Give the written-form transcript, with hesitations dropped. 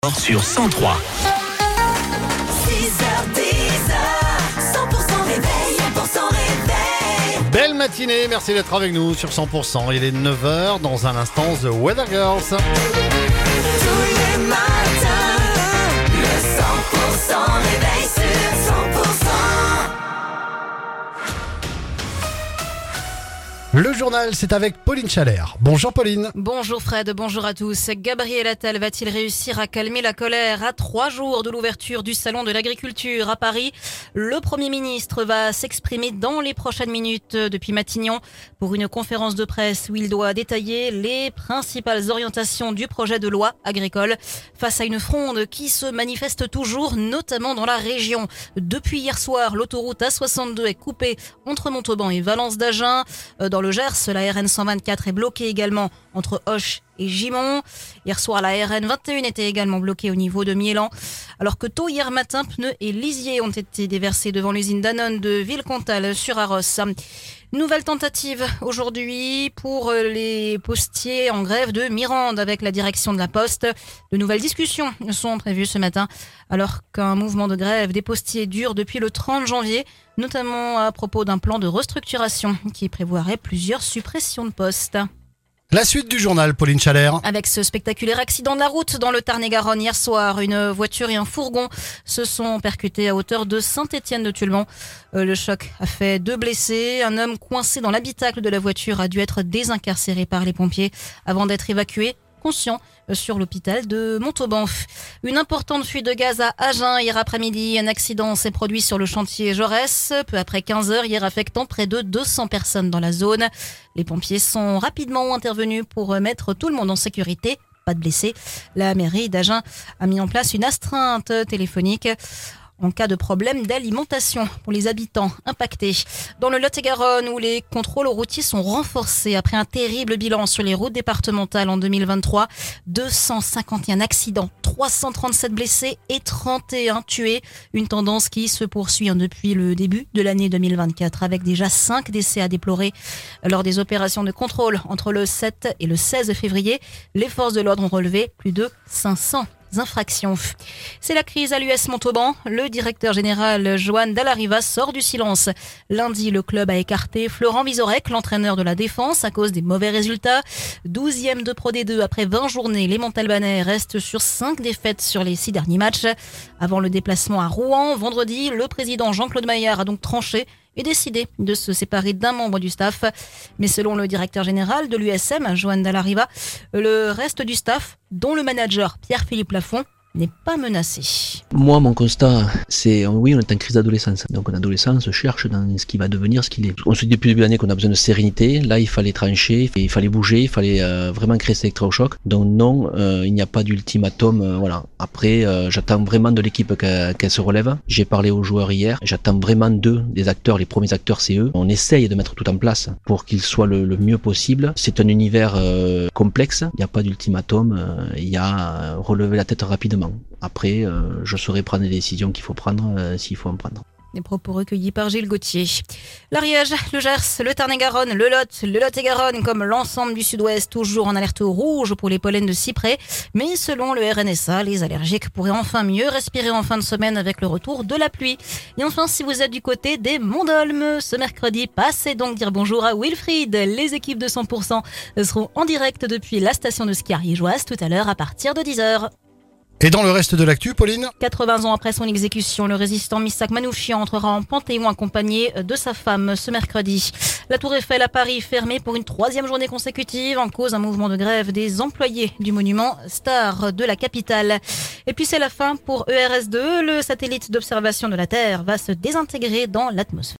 Sur 103. 100% réveil, 100% réveil. Belle matinée, merci d'être avec nous sur 100%. Il est 9h, dans un instant, The Weather Girls. Tous les matins, le 100% réveil sur 100%. Le journal, c'est avec Pauline Chalère. Bonjour Pauline. Bonjour Fred, bonjour à tous. Gabriel Attal va-t-il réussir à calmer la colère à 3 jours de l'ouverture du Salon de l'Agriculture à Paris? Le Premier ministre va s'exprimer dans les prochaines minutes depuis Matignon pour une conférence de presse où il doit détailler les principales orientations du projet de loi agricole face à une fronde qui se manifeste toujours, notamment dans la région. Depuis hier soir, l'autoroute A62 est coupée entre Montauban et Valence d'Agen. Dans le Gers, la RN 124 est bloquée également entre Auch et Gimont. Hier soir, la RN 21 était également bloquée au niveau de Miélan. Alors que tôt hier matin, pneus et lisiers ont été déversés devant l'usine Danone de Villecontal sur Arros. Nouvelle tentative aujourd'hui pour les postiers en grève de Mirande avec la direction de la Poste. De nouvelles discussions sont prévues ce matin alors qu'un mouvement de grève des postiers dure depuis le 30 janvier, notamment à propos d'un plan de restructuration qui prévoirait plusieurs suppressions de postes. La suite du journal, Pauline Chalère. Avec ce spectaculaire accident de la route dans le Tarn-et-Garonne hier soir, une voiture et un fourgon se sont percutés à hauteur de Saint-Étienne-de-Tulmont. Le choc a fait 2 blessés. Un homme coincé dans l'habitacle de la voiture a dû être désincarcéré par les pompiers avant d'être évacué conscient sur l'hôpital de Montauban. Une importante fuite de gaz à Agen hier après-midi. Un accident s'est produit sur le chantier Jaurès, peu après 15h hier, affectant près de 200 personnes dans la zone. Les pompiers sont rapidement intervenus pour mettre tout le monde en sécurité. Pas de blessés. La mairie d'Agen a mis en place une astreinte téléphonique en cas de problème d'alimentation pour les habitants impactés. Dans le Lot-et-Garonne, où les contrôles routiers sont renforcés après un terrible bilan sur les routes départementales en 2023, 251 accidents, 337 blessés et 31 tués. Une tendance qui se poursuit depuis le début de l'année 2024, avec déjà 5 décès à déplorer. Lors des opérations de contrôle entre le 7 et le 16 février, les forces de l'ordre ont relevé plus de 500 infractions. C'est la crise à l'US Montauban. Le directeur général Joan Dallariva sort du silence. Lundi, le club a écarté Florent Vizorek, l'entraîneur de la défense, à cause des mauvais résultats. 12e de Pro D2 après 20 journées, les Montalbanais restent sur 5 défaites sur les 6 derniers matchs. Avant le déplacement à Rouen, vendredi, le président Jean-Claude Maillard a donc tranché et décidé de se séparer d'un membre du staff. Mais selon le directeur général de l'USM, Joan Dallariva, le reste du staff, dont le manager Pierre-Philippe Lafont, n'est pas menacé. Moi, mon constat, c'est oui, on est en crise d'adolescence. Donc, en adolescence, on cherche dans ce qui va devenir ce qu'il est. On se dit depuis le début de l'année qu'on a besoin de sérénité. Là, il fallait trancher, il fallait bouger, il fallait vraiment créer cet électrochoc. Donc, non, il n'y a pas d'ultimatum. Voilà. Après, j'attends vraiment de l'équipe qu'elle se relève. J'ai parlé aux joueurs hier. J'attends vraiment d'eux, des acteurs. Les premiers acteurs, c'est eux. On essaye de mettre tout en place pour qu'ils soient le mieux possible. C'est un univers complexe. Il n'y a pas d'ultimatum. Il y a relever la tête rapidement. Après, je saurai prendre les décisions qu'il faut prendre s'il faut en prendre. Des propos recueillis par Gilles Gauthier. L'Ariège, le Gers, le Tarn-et-Garonne, le Lot-et-Garonne, comme l'ensemble du Sud-Ouest, toujours en alerte rouge pour les pollens de cyprès. Mais selon le RNSA, les allergiques pourraient enfin mieux respirer en fin de semaine avec le retour de la pluie. Et enfin, si vous êtes du côté des Monts-d'Olmes, ce mercredi, passez donc dire bonjour à Wilfried. Les équipes de 100% seront en direct depuis la station de ski ariégeoise tout à l'heure à partir de 10h. Et dans le reste de l'actu, Pauline? 80 ans après son exécution, le résistant Missak Manouchian entrera en Panthéon accompagné de sa femme ce mercredi. La Tour Eiffel à Paris fermée pour une 3e journée consécutive en cause un mouvement de grève des employés du monument star de la capitale. Et puis c'est la fin pour ERS2. Le satellite d'observation de la Terre va se désintégrer dans l'atmosphère.